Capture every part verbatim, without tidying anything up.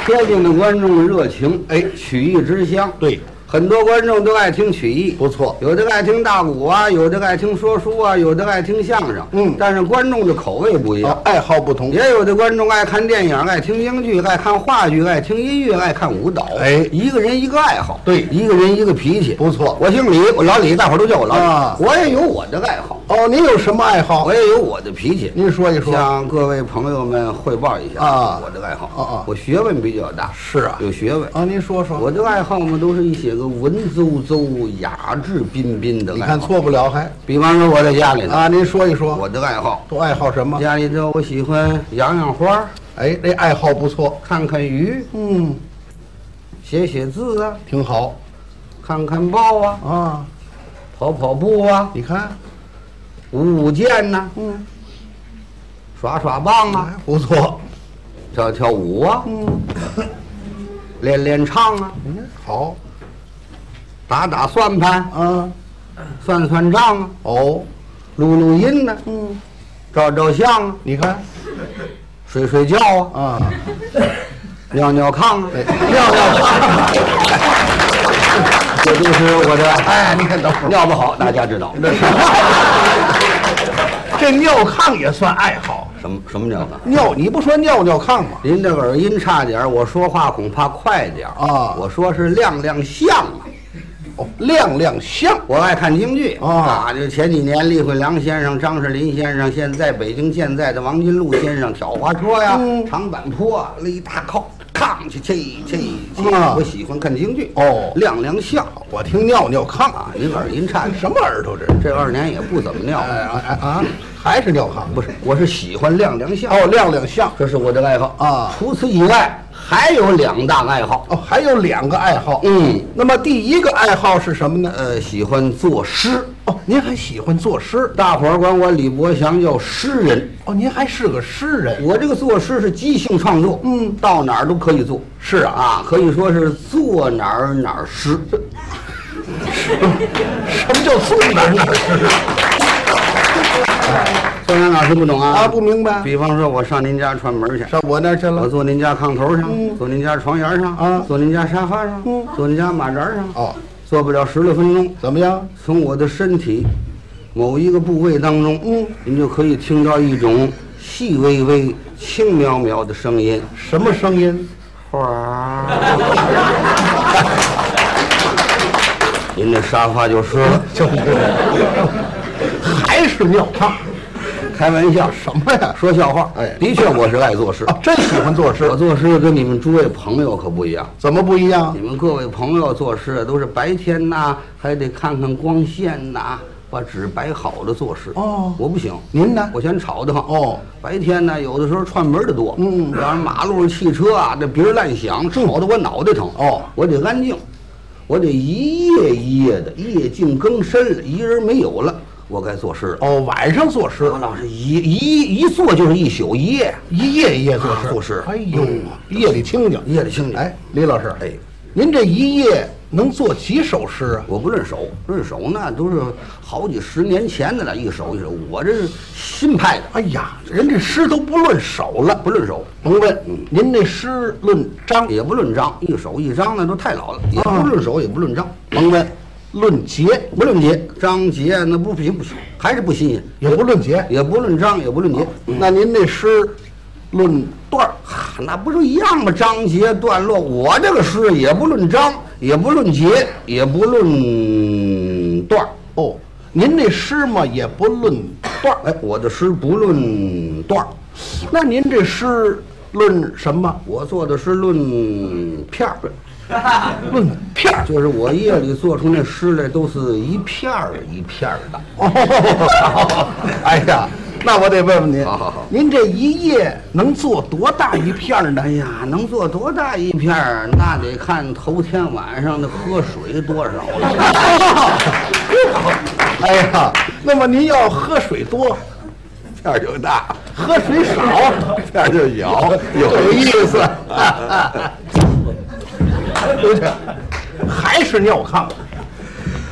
天津的观众热情，哎，曲艺之乡。 对， 很多观众都爱听曲艺， 不错。 有的爱听大鼓啊，有的爱听说书啊，有的爱听相声。 嗯， 但是观众的口味不一样， 哦、爱好不同。 也有的观众爱看电影，爱听京剧，爱看话剧，爱听音乐，爱看舞蹈。 哎， 一个人一个爱好， 对， 一个人一个脾气。 不错。 我姓李，我老李，大伙儿都叫我老李。 啊， 我也有我的爱好。 哦，您有什么爱好？ 我也有我的脾气。 您说一说， 向各位朋友们汇报一下啊， 我的爱好。 啊啊， 我学问比较大。 是啊， 有学问啊。您说说， 我的爱好嘛，都是一些个文绉绉、雅致彬彬的爱好。 你看错不了还。 比方说我在家里呢啊，您说一说我的爱好。 都爱好什么？ 家里头我喜欢养养花。 哎，这爱好不错。 看看鱼， 嗯， 写写字啊， 挺好。 看看报啊， 啊， 跑跑步啊， 你看， 舞舞剑呐， 嗯， 耍耍棒啊， 不错。 跳跳舞啊， 嗯， 练练唱啊， 嗯，好。 打打算盘啊， 算算账啊， 哦， 录录音呢， 嗯， 照照相啊， 你看， 睡睡觉啊， 啊， 尿尿炕啊， 尿尿炕。 这就是我的。 哎，你看，等会儿尿不好，大家知道。 这尿炕也算爱好。 什么什么尿炕？ 尿，你不说尿尿炕吗？ 您这个耳音差点，我说话恐怕快点啊。 我说是亮亮相啊。 哦，亮亮相。 我爱看京剧啊， 就前几年厉慧良先生、张世林先生，现在北京现在的王金禄先生挑花车呀， 嗯、 长坂坡啊，勒大靠。炕去去去去！我喜欢看京剧哦， 亮亮相。 我听尿尿炕啊，您耳音差， 什么耳朵这？ 这二年也不怎么尿。 哎哎啊，还是尿炕？ 不是，我是喜欢亮亮相。 哦，亮亮相， 这是我的爱好啊。 除此以外，还有两大爱好。 哦，还有两个爱好。 嗯， 那么第一个爱好是什么呢？ 呃，喜欢作诗。 哦，您还喜欢作诗？ 大伙儿管我李伯祥叫诗人。 哦，您还是个诗人。 我这个作诗是即兴创作， 嗯， 到哪儿都可以做。 是啊， 啊，可以说是做哪儿哪儿诗。 什么叫做哪儿哪儿诗？ 做哪儿哪儿诗不懂啊？ 啊，不明白。 比方说，我上您家串门去， 上我那儿去了。 我坐您家炕头上， 嗯、 坐您家床沿上， 啊， 坐您家沙发上， 嗯， 坐您家马扎上。 哦， 做不了十来分钟， 怎么样？ 从我的身体某一个部位当中， 嗯， 您就可以听到一种细微微、轻渺渺的声音。 什么声音？ 哗！您那沙发就湿了， 就是还是尿炕。 开玩笑什么呀？ 说笑话。 哎， 的确我是爱作诗， 啊，真喜欢作诗。 我作诗跟你们诸位朋友可不一样。 怎么不一样？ 你们各位朋友作诗都是白天呐，还得看看光线呐，把纸摆好的作诗。 哦， 我不行。 您呢？ 我嫌吵得慌。 哦， 白天呢，有的时候串门的多。 嗯， 要是马路上汽车啊，这鼻儿乱响，吵得我脑袋疼。 哦， 我得安静，我得一夜一夜的，夜静更深了，一人没有了，我该作诗了。 哦，晚上作诗。 我老是一一一坐就是一宿一夜， 一夜一夜作诗。 作诗。 哎呦，夜里清静， 夜里清静。 哎，李老师， 哎， 您这一夜能做几首诗啊？ 我不认手，认手那都是好几十年前的了，一首一首。我这是新派的。 哎呀，人这诗都不论手了， 不论手。 甭问，嗯，您这诗论章也不论章，一首一章那都太老了，也不论手，也不论章。 甭问，论节不论节，章节那不行不行，还是不新鲜。 也不论节， 也不论章，也不论节。 那您这诗论段儿， 那不是一样吗？章节段落，我这个诗也不论章，也不论节，也不论段儿。 哦，您这诗嘛也不论段儿。 哎，我的诗不论段儿。 那您这诗论什么？ 我做的是论片儿。 论片儿， 就是我夜里做出那诗来，都是一片儿一片儿的。 哦，哎呀，那我得问问您， 好好好， 您这一夜能做多大一片呢？ 哎呀，能做多大一片儿？那得看头天晚上的喝水多少了。 哎呀，那么您要喝水多， 片儿就大； 喝水少， 片儿就小， 有意思。对不对？还是尿炕。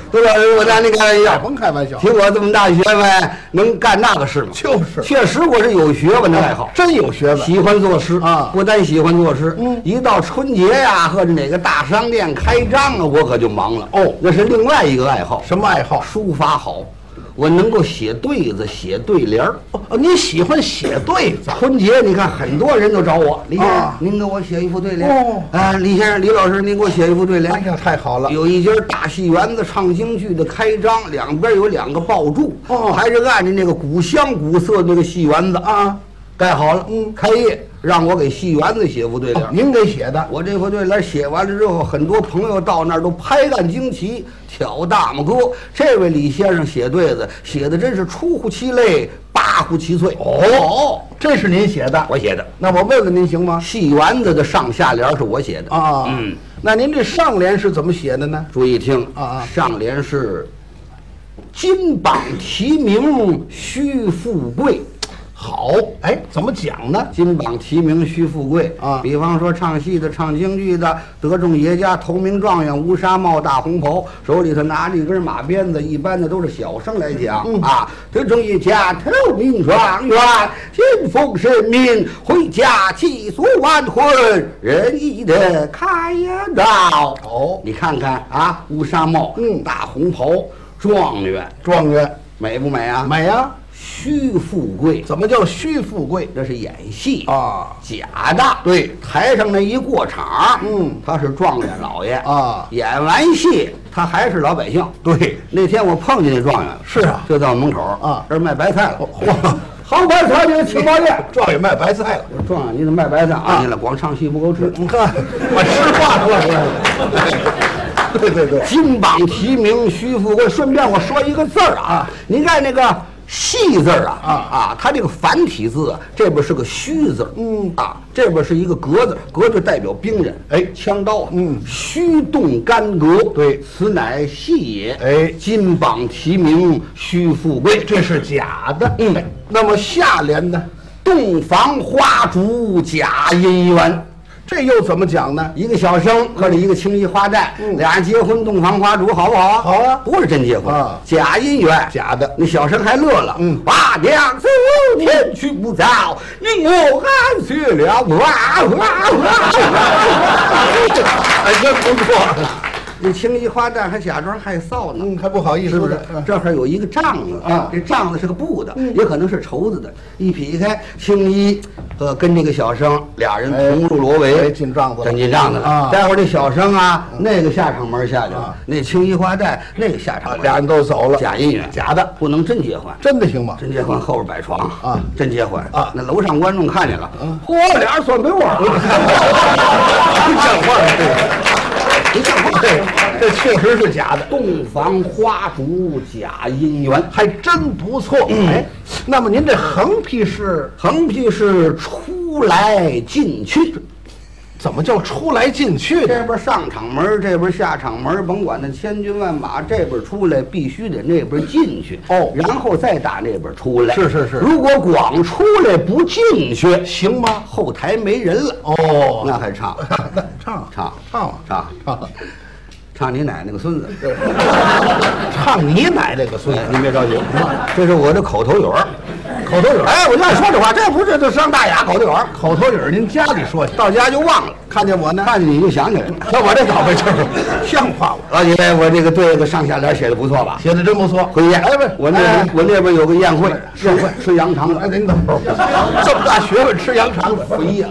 杜老师，我拿你开玩笑， 甭开玩笑， 凭我这么大学问，能干那个事吗？ 就是， 确实我是有学问的爱好， 真有学问， 喜欢作诗啊！ 不但喜欢作诗， 嗯， 一到春节呀，或者哪个大商店开张啊，我可就忙了。 哦， 那是另外一个爱好。 什么爱好？ 书法好。我能够写对子，写对联儿。 哦，你喜欢写对子？ 春节你看，很多人都找我，李先生， 啊、 您给我写一副对联。 哦， 啊，李先生，李老师，您给我写一副对联。 哎呀，太好了！ 有一家大戏园子唱京剧的开张，两边有两个爆柱， 哦， 还是按着那个古香古色那个戏园子啊， 盖好了。 嗯， 开业让我给戏园子写副对联。 哦，您给写的？ 我这副对联写完了之后，很多朋友到那儿都拍案惊奇。挑大拇哥，这位李先生写对子写的真是出乎其类，拔乎其萃。 哦，这是您写的？ 我写的。 那我问问您行吗？ 戏园子的上下联是我写的啊。 嗯， 那您这上联是怎么写的呢？ 注意听啊啊， 上联是金榜题名须富贵。 好，哎，怎么讲呢？ 金榜题名须富贵啊！ 比方说唱戏的、唱京剧的，得中爷家头名状元，乌纱帽、大红袍，手里头拿着一根马鞭子，一般的都是小声来讲、嗯、啊。得中爷家头名状元，金凤神明，回家七宿完婚，人意的开道。 哦， 你看看啊，乌纱帽， 嗯， 大红袍，状元， 状元美不美啊？ 美啊！ 虚富贵， 怎么叫虚富贵？ 这是演戏啊， 假的。 对， 台上那一过场， 嗯， 他是状元老爷啊， 演完戏他还是老百姓。 对， 那天我碰见那状元了， 是啊， 就在我门口啊， 这儿卖白菜了。 嚯， 好白菜，这个青毛店， 状元卖白菜了。 我说状元，你怎么卖白菜啊？你了，光唱戏不够吃。 你看，把实话说出来了。对对对， 金榜题名须富贵。顺便我说一个字儿啊，您看那个。戏字啊啊啊，它这个繁体字啊，这边是个虚字， 嗯啊，这边是一个格字，格就代表兵人， 哎， 枪刀啊， 嗯， 虚动干戈， 对， 此乃戏也， 哎， 金榜题名须富贵， 这是假的， 嗯， 那么下联呢？ 洞房花烛假姻缘。 这又怎么讲呢？ 一个小生和着一个青衣花旦， 嗯， 俩人结婚洞房花烛，好不好啊？ 好啊， 不是真结婚啊， 假姻缘， 假的。 那小生还乐了， 嗯， 八娘子天去不早，令我安睡了，哇哇哇！ 哎，真不错。 那青衣花旦还假装害臊呢， 嗯，还不好意思， 是不是？这儿有一个帐子啊， 这帐子是个布的， 嗯， 也可能是绸子的。一劈开，青衣呃跟这个小生俩人同入罗围， 哎，进帐子了， 真进帐子了啊！ 待会儿这小生啊，那个下场门下去了， 啊， 那青衣花旦那个下场门， 俩人都走了。 假姻缘， 假的， 不能真结婚。 真的行吗？ 真结婚后边摆床啊， 真结婚啊！ 那楼上观众看见了，嚯，俩人算被窝了， 不像话了。 不像话， 这确实是假的。 洞房花烛假姻缘， 还真不错。 嗯、 哎，那么您这横批是？ 横批是出来进去。 怎么叫出来进去？ 这边上场门，这边下场门，甭管那千军万马，这边出来必须得那边进去哦， 然后再打那边出来。 是是是。 如果光出来不进去， 行吗？ 后台没人了。 哦， 那还唱？ 那唱唱唱唱唱唱你奶奶个孙子， 唱你奶奶个孙子， 您别着急，这是我的口头语儿。 口头语儿， 哎，我就爱说这话，这不是这上大雅口头语儿。 口头语儿您家里说去， 到家就忘了。 看见我呢， 看见你就想起来了。 瞧我这倒霉劲儿，像话吗？ 老姐，我这个对子上下联写的不错吧？ 写的真不错。 回宴， 哎不， 我那边我那边有个宴会， 宴会吃羊肠子。 哎，您等会儿，这么大学问吃羊肠子， 回宴。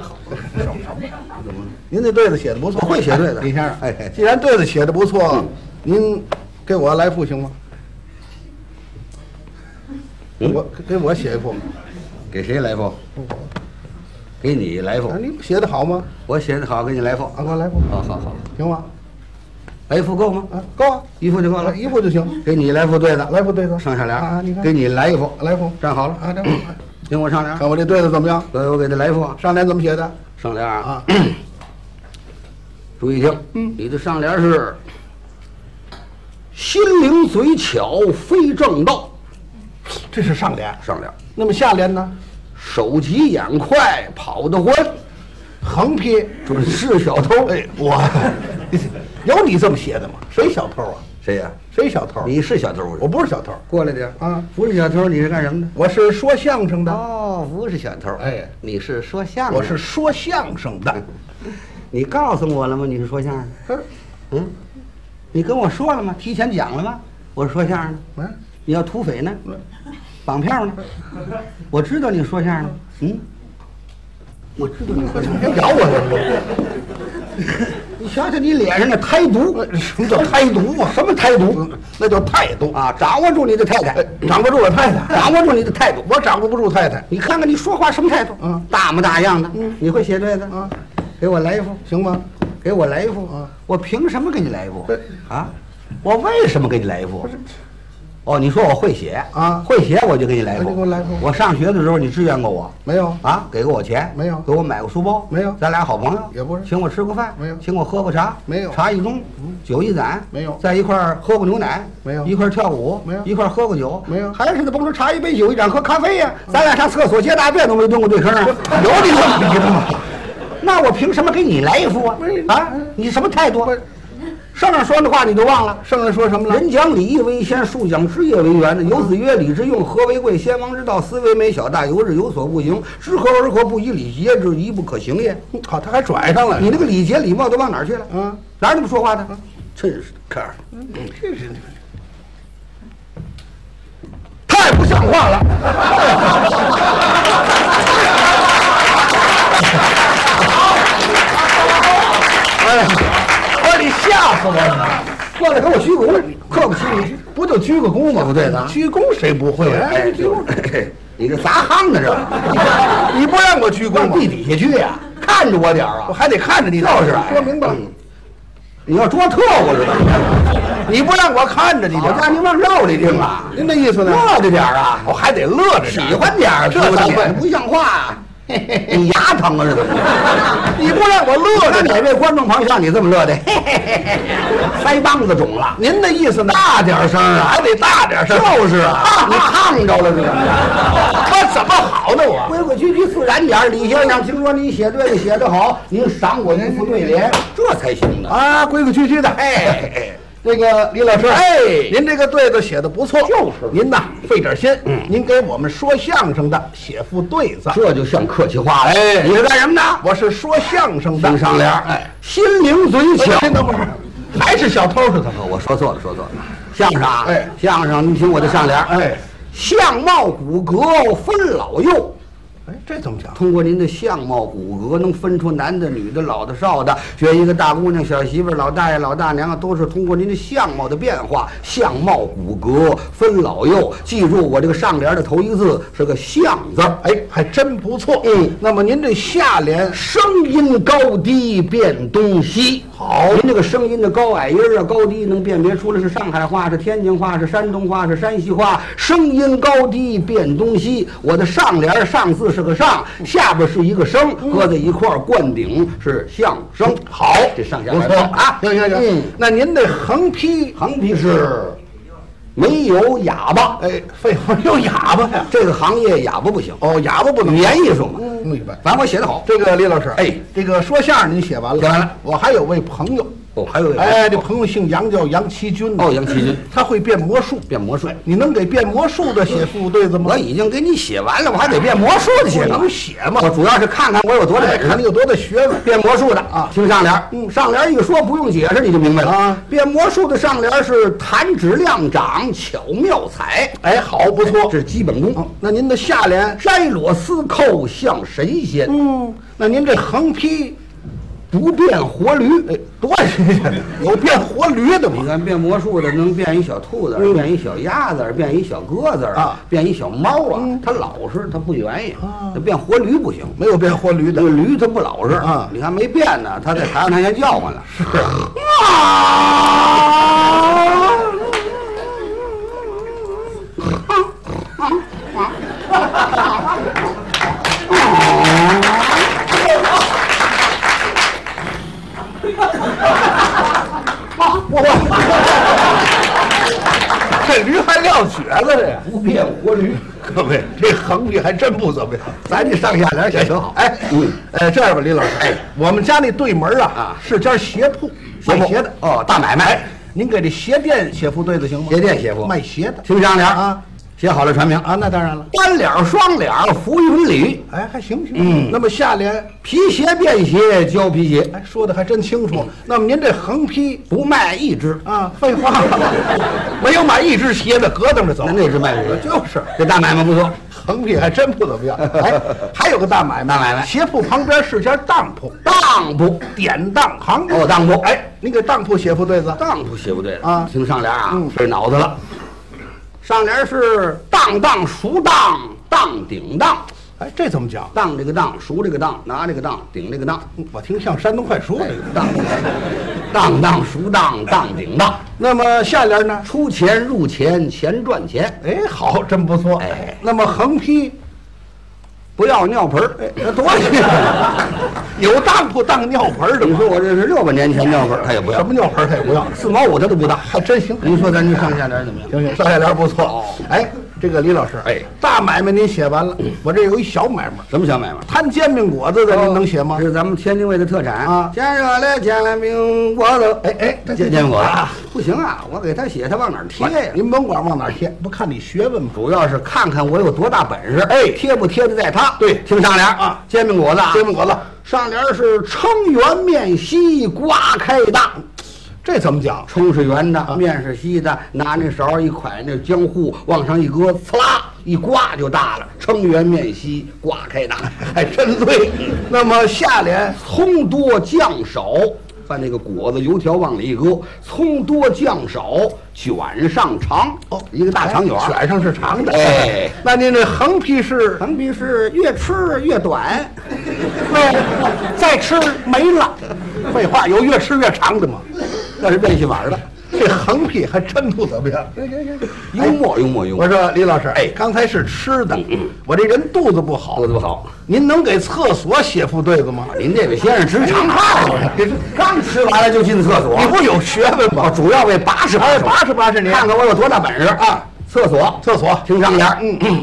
您这对子写的不错， 会写对子， 李先生。 哎， 既然对子写的不错，您给我来副行吗？我给我写一副。 给谁来副？给你来副。 你写的好吗？ 我写的好，给你来副。 啊，给我来副。 好好好， 行吗？ 来一副够吗？ 啊，够啊， 一副就够了， 一副就行。 给你来副对子， 来副对子， 上下联啊，你看， 给你来一副， 来副， 站好了啊，站好。 听我上联， 看我这对子怎么样？ 我我给他来一副。 上联怎么写的？ 上联啊， 注意听， 嗯， 你的上联是心灵嘴巧非正道， 这是上联。 上联。 那么下联呢？ 手疾眼快跑得欢， 横批准是小偷。 哎，我有你这么写的吗？谁小偷啊？ 谁呀？ 谁小偷？ 你是小偷？ 我不是小偷。 过来点啊！ 不是小偷，你是干什么的？ 我是说相声的。 哦，不是小偷。 哎， 你是说相声？ 我是说相声的。 你告诉我了吗？你是说相声的？嗯，你跟我说了吗？提前讲了吗？我是说相声的。 嗯， 你要土匪呢？绑票呢？我知道你说相声的。嗯，我知道你说相声。 别咬我！ 你想想你脸上的台独， 什么叫台独啊？ 什么台独？ 那叫态度啊！掌握住你的太太， 掌握住了太太， 掌握住你的态度。 我掌握不住太太。 你看看你说话什么态度？ 嗯， 大模大样的。 嗯， 你会写对子？ 啊， 给我来一副行吗？ 给我来一副啊！ 我凭什么给你来一副对？ 啊！我为什么给你来一副？哦，你说我会写啊？ 会写我就给你来一副。 你给我来一副。 我上学的时候你支援过我没有？ 啊？给过我钱没有？ 给我买过书包没有？ 咱俩好朋友也不是。 请我吃过饭没有？ 请我喝过茶没有？ 茶一盅，酒一盏没有？ 在一块儿喝过牛奶没有？ 一块儿跳舞没有？ 一块儿喝过酒没有？ 还是得甭说茶一杯酒一盏喝咖啡呀？咱俩上厕所接大便都没蹲过对坑啊？有你这么比的吗？那我凭什么给你来一副啊？啊，你什么态度？圣上说的话你都忘了？ 圣人说什么了？ 人讲礼义为先，树讲枝叶为源的。有子曰：“礼之用，和为贵。先王之道，斯为美。小大有日有所不行，知和而和，不以礼节之，宜不可行也。” 好，他还拽上了。 你那个礼节礼貌都往哪儿去了？ 嗯， 哪儿那么说话的？真是的，看着， 嗯，这是太不像话了。 哎呀！你吓死我了！ 过来给我鞠个躬，客不起你， 不就鞠个躬吗？ 不对的， 鞠躬谁不会？ 哎，鞠躬！你这砸夯呢？这你不让我鞠躬， 往地底下去呀！看着我点啊！ 我还得看着你。 就是说明白了， 你要捉特务似的， 你不让我看着你， 好家伙，您往肉里听啊！ 您的意思呢？ 乐着点啊！ 我还得乐着， 喜欢点儿， 这才会不像话。你牙疼啊是怎么着？ 你不让我乐着， 哪位观众朋友像你这么乐的？腮帮子肿了。 您的意思呢？ 大点声啊， 还得大点声。 就是啊，你烫着了是怎么着？ 我怎么好呢？我规规矩矩自然点。李先生，听说你写对了，写得好，您赏我一副对联，这才行的啊，规规矩矩的。 哎。 那个李老师， 哎， 您这个对子写的不错， 就是您呐费点心， 嗯， 您给我们说相声的写副对子， 这就像客气话了。 哎， 你是干什么的？ 我是说相声的。 听上联，哎，心灵嘴巧。 等会儿，还是小偷似的。 我说错了，说错了。相声啊， 哎， 相声，你听我的上联， 哎， 相貌骨骼分老幼。 哎，这怎么讲？ 通过您的相貌骨骼，能分出男的、女的、老的、少的，选一个大姑娘、小媳妇、老大爷、老大娘啊，都是通过您的相貌的变化，相貌骨骼分老幼。记住，我这个上联的头一个字是个“相”字， 哎，还真不错。 嗯， 那么您这下联声音高低变东西。好，您这个声音的高矮音啊、高低能辨别出来是上海话、是天津话、是山东话、是山西话。声音高低变东西。我的上联上字是个上，下边是一个声，搁在一块儿灌顶是相声。好，这上下不错啊， 行行行。 嗯， 那您这横批横批是没有哑巴。 哎，废话，有哑巴呀？ 这个行业哑巴不行。 哦，哑巴不能。 语言艺术嘛， 明白。 反正我写得好。 这个李老师， 哎， 这个说相声您写完了， 写完了。 我还有位朋友。 哦，还有一位哎，这朋友姓杨，叫杨奇军。 哦，杨奇军， 他会变魔术， 变魔术。 你能给变魔术的写副对子吗？ 我已经给你写完了，我还得变魔术的写呢。 能写吗？ 我主要是看看我有多大本事， 看你有多大学问。 变魔术的啊， 听上联，嗯，上联一说不用解释你就明白了啊。 变魔术的上联是弹指亮掌，巧妙彩。 哎，好，不错， 这是基本功。 哦，那您的下联摘螺丝扣像神仙。 嗯，那您这横批不变活驴， 哎，多新鲜！有变活驴的吗？ 你看变魔术的能变一小兔子， 嗯、 变一小鸭子，变一小鸽子啊， 变一小猫啊， 嗯、 它老实，它不愿意。 啊， 它变活驴不行， 没有变活驴的。 这个驴它不老实啊， 你看没变呢，它在台上它先叫唤了。 是啊。 我这驴还撂蹶子这不变活驴， 各位这横批还真不怎么样， 咱这上下联写得好。 哎，嗯，哎，这样吧，李老师，哎，我们家那对门啊啊是家鞋铺，卖鞋的哦，大买卖。 您给这鞋店写副对子行吗？ 鞋店写副， 卖鞋的， 听上联啊， 写好了传名啊，那当然了。 单脸双脸浮云履， 哎，还行行。 嗯那么下联皮鞋便鞋胶皮鞋， 哎说的还真清楚。那么您这横批不卖一只， 啊，废话了，没有买一只鞋的咯噔着走， 那那只卖不就是这大买卖不错。 横批还真不怎么样。哎，还有个大买卖， 大买卖鞋铺旁边是家当铺， 当铺典当行。 哦，当铺， 哎，您给当铺写副对子。 当铺写不对了啊听上联啊， 嗯费脑子了。上联是当当熟当当顶当， 哎，这怎么讲？ 当这个当，熟这个当，拿这个当，顶这个当， 我听像山东快书这个。 当当当熟当当顶当， 那么下联呢？ 出钱入钱，钱赚钱， 哎，好，真不错。 哎， 那么横批不要尿盆儿。 哎，这多新有当铺当尿盆的吗？ 你说我这是六百年前尿盆儿，他也不要什么尿盆他也不要， 四毛五他都不当。 还真行。 您说咱这上下联怎么样？ 行行，上下联不错。 哦哎，这个李老师， 哎， 大买卖您写完了，我这有一小买卖， 什么小买卖？ 摊煎饼果子的，您能写吗这？是咱们天津卫的特产啊煎热了煎了饼果子， 哎哎，这煎煎饼果子啊， 不行啊，我给他写，他往哪儿贴呀？ 您甭管往哪儿贴，不看你学问吗？ 主要是看看我有多大本事， 哎贴不贴的在他。 对听上联啊， 煎饼果子啊， 煎饼果子， 上联是称圆面稀瓜开大， 这怎么讲？ 称是圆的，面是稀的，拿那勺一蒯那浆糊往上一搁，呲啦一刮就大了。称圆面稀瓜开大， 还真对。那么下联葱多酱少，把那个果子油条往里一搁，葱多酱少，卷上长。 哦一个大长卷儿， 卷上是长的。 哎， 那您这横批是横批是越吃越短。 再吃没了。废话，有越吃越长的吗？ 那是变戏法的， 这横批还真不怎么样。 幽默幽默幽默。 我说李老师，哎，刚才是吃的，我这人肚子不好， 肚子不好， 您能给厕所写副对子吗？ 您这位先生直肠泡啊，这是刚吃完了就进厕所。 你不是有学问吗？ 主要为八十哎，八十八十年， 看看我有多大本事啊！厕所， 厕所听上联，嗯嗯，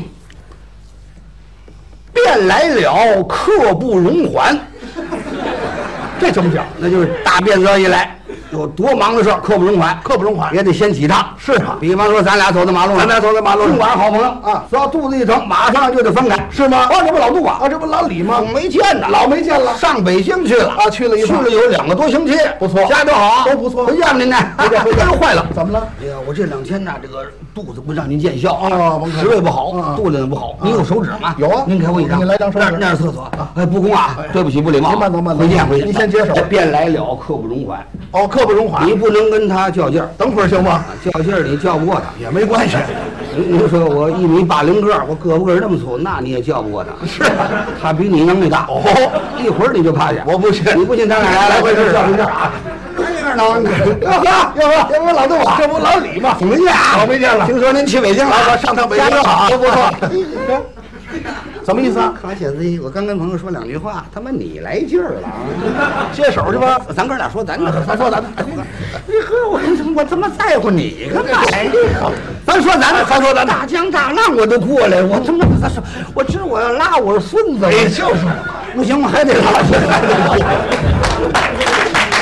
便来了，刻不容缓。 这怎么讲？ 那就是大便则一来，有多忙的事儿，刻不容缓， 刻不容缓也得先起他。 是啊比方说咱俩走在马路上， 咱俩走在马路上尽管是好朋友啊只要肚子一疼，马上就得分开， 是吗哦，这不老杜啊， 啊，这不老李吗？ 没见呢， 老没见了上北京去了啊去了一趟去了有两个多星期， 不错家都好， 都不错回见您呢， 回见回见哎呦坏了， 怎么了？ 哎呀，我这两天呢，这个肚子不让您见效哦甭看食胃不好， 嗯肚子也不好。您有手指吗？ 有啊您给我一张， 我给你来张手指那那是厕所。哎，不公啊，对不起，不礼貌。 您慢走慢走回见回见。 您先接手便来了，刻不容缓。 哦，刻不容缓你。不能跟他较劲儿， 等会儿行吗？ 较劲儿你较不过他。 也没关系。 您您说我一米八零个儿，我胳膊根儿那么粗，那你也较不过他。 是他比你能力大。 哦， 一会儿你就趴下。 我不信你不信咱俩来来来回试试较一下啊。这样能？哟呵哟呵，这不老杜啊， 这不老李吗？ 没见啊， 老没见了听说您去北京了， 我上趟北京加油好， 都不错。什么意思啊？ 看写字一，我刚跟朋友说两句话，他妈你来劲儿了啊！ 接手去吧。 咱哥俩说咱的， 咱说咱的。 你呵，我我他妈在乎你干嘛呀？咱说咱的，咱说咱的，大江大浪我都过来，我他妈咱说，我知道我要拉我是孙子， 哎就是不行，我还得拉，还得拉。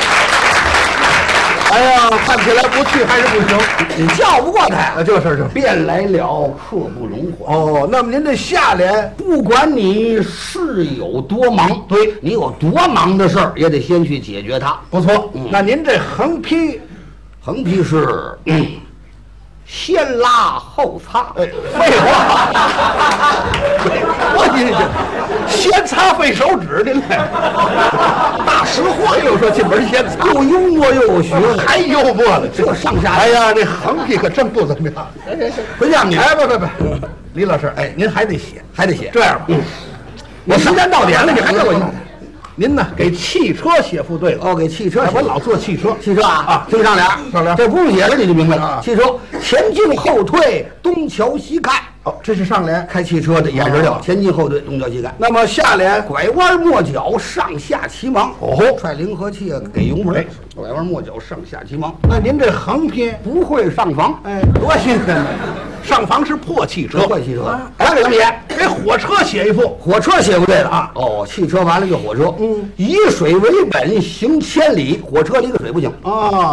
哎呀，看起来不去还是不行。 你叫不过他呀啊，。就是这。 便来了，刻不容缓。 哦，那么您这下联不管你是有多忙，对你有多忙的事儿，也得先去解决它。 不错。 嗯那您这横批， 横批是、嗯、先拉后擦。 哎，废话。我你这先擦废手指，您来。大实话又说进门先擦， 又幽默又有学问， 还幽默了， 这上下哎呀，这横批可真不怎么样。 不像你， 哎，不不不，李老师，哎，您还得写， 还得写。 这样吧， 嗯， 我时间到点了，你还给我用？您呢，给汽车写副对子。 哦，给汽车写。 哎我老坐汽车， 汽车啊啊听上联， 上联这不用写了你就明白了。 啊汽车前进后退，东瞧西看。 哦，这是上联。 开汽车的眼神调， 哦前进后退，东瞧西看。 那么下联， 拐弯抹角，上下齐忙。 哦踹离合器给油门哎， 拐弯抹角，上下齐忙。 那您这横批， 不会上房， 哎，多新鲜呢！上房是破汽车， 不会汽车啊。 哎，给他们写。 给火车写一副。 火车写不对了啊！哦，汽车完了就火车。 嗯， 以水为本，行千里。火车离个水不行。 啊，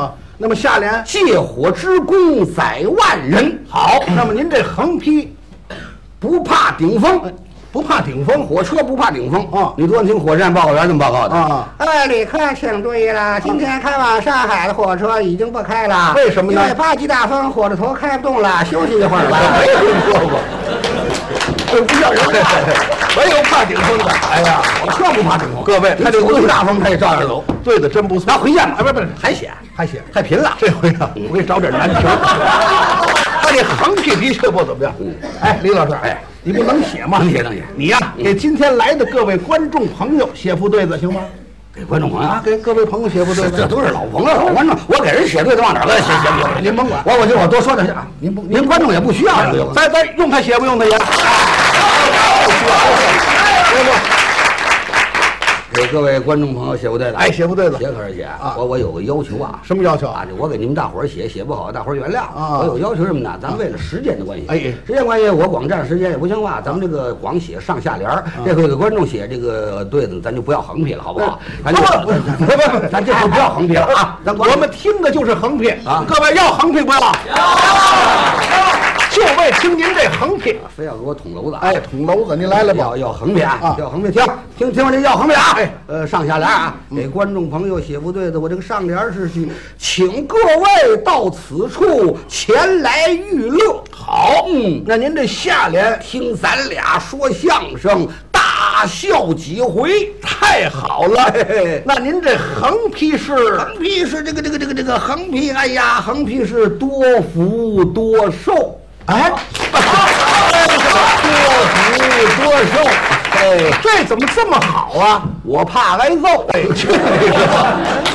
那么下联借火之功载万人。 好，那么您这横批不怕顶风。 不怕顶风， 火车不怕顶风啊！ 你昨天听火车站报告员怎么报告的啊？ 哎，旅客请注意了，今天开往上海的火车已经不开了。 为什么呢？ 因为八级大风，火车头开不动了，休息一会儿吧。 没听说过，这不像人话，没有怕顶风的。哎呀， 火车不怕顶风， 各位，他这九级大风他也照样走， 对的真不错。 那回见吧， 哎，不不， 还写还写， 太贫了。 这回啊，我给你找点难题。他这横批的确不怎么样。哎，李老师，哎。你不能写吗？ 能写能写。 你呀、啊，给今天来的各位观众朋友写副对子行吗？ 给观众朋友啊，给各位朋友写副对子， 这都是老朋友、老观众。我给人写对子，往哪儿给他写写不行？ 您甭管， 我我就我多说点去啊。 您不， 您观众也不需要这个， 咱咱用他写不用他写。不需要，不不。 给各位观众朋友写副对子， 哎，写副对子， 写可是写啊。 我我有个要求啊， 什么要求啊？我给你们大伙儿写，写不好，大伙儿原谅啊。 我有要求什么呢？咱为了时间的关系， 哎， 时间关系，我光占时间也不行话。咱们这个光写上下联儿，这回给观众写这个对子，咱就不要横批了，好不好？咱就不不不， 咱这回不要横批了啊！咱我们听的就是横批啊。 各位要横批不要？就为听您这横批， 非要给我捅娄子。 哎，捅娄子，您来了吧？ 要要横批啊！要横批，听听听我这要横批啊！哎，呃，上下联啊，给观众朋友写副对子。我这个上联是去，请各位到此处前来娱乐。 好， 嗯， 那您这下联听咱俩说相声，大笑几回， 太好了。 嘿嘿那您这横批是？ 横批是这个这个这个这个横批，哎呀，横批是多福多寿。 哎， 多福多寿， 哎，这怎么这么好啊？ 我怕挨揍。 哎，这个